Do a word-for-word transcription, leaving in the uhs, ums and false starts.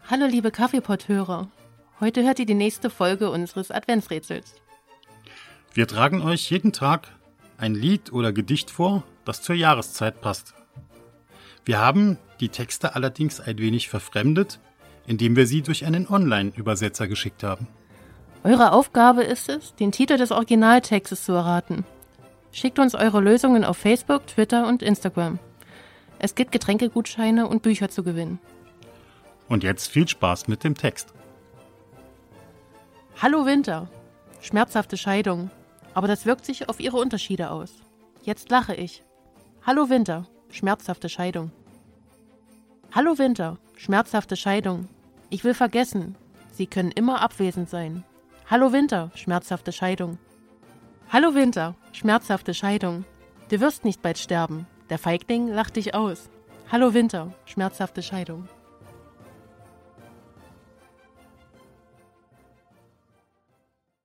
Hallo liebe Kaffeepott-Hörer, heute hört ihr die nächste Folge unseres Adventsrätsels. Wir tragen euch jeden Tag ein Lied oder Gedicht vor, das zur Jahreszeit passt. Wir haben die Texte allerdings ein wenig verfremdet, indem wir sie durch einen Online-Übersetzer geschickt haben. Eure Aufgabe ist es, den Titel des Originaltextes zu erraten. Schickt uns eure Lösungen auf Facebook, Twitter und Instagram. Es gibt Getränkegutscheine und Bücher zu gewinnen. Und jetzt viel Spaß mit dem Text. Hallo Winter, schmerzhafte Scheidung, aber das wirkt sich auf ihre Unterschiede aus. Jetzt lache ich. Hallo Winter, schmerzhafte Scheidung. Hallo Winter, schmerzhafte Scheidung. Ich will vergessen, Sie können immer abwesend sein. Hallo Winter, schmerzhafte Scheidung. Hallo Winter, schmerzhafte Scheidung. Du wirst nicht bald sterben, der Feigling lacht dich aus. Hallo Winter, schmerzhafte Scheidung.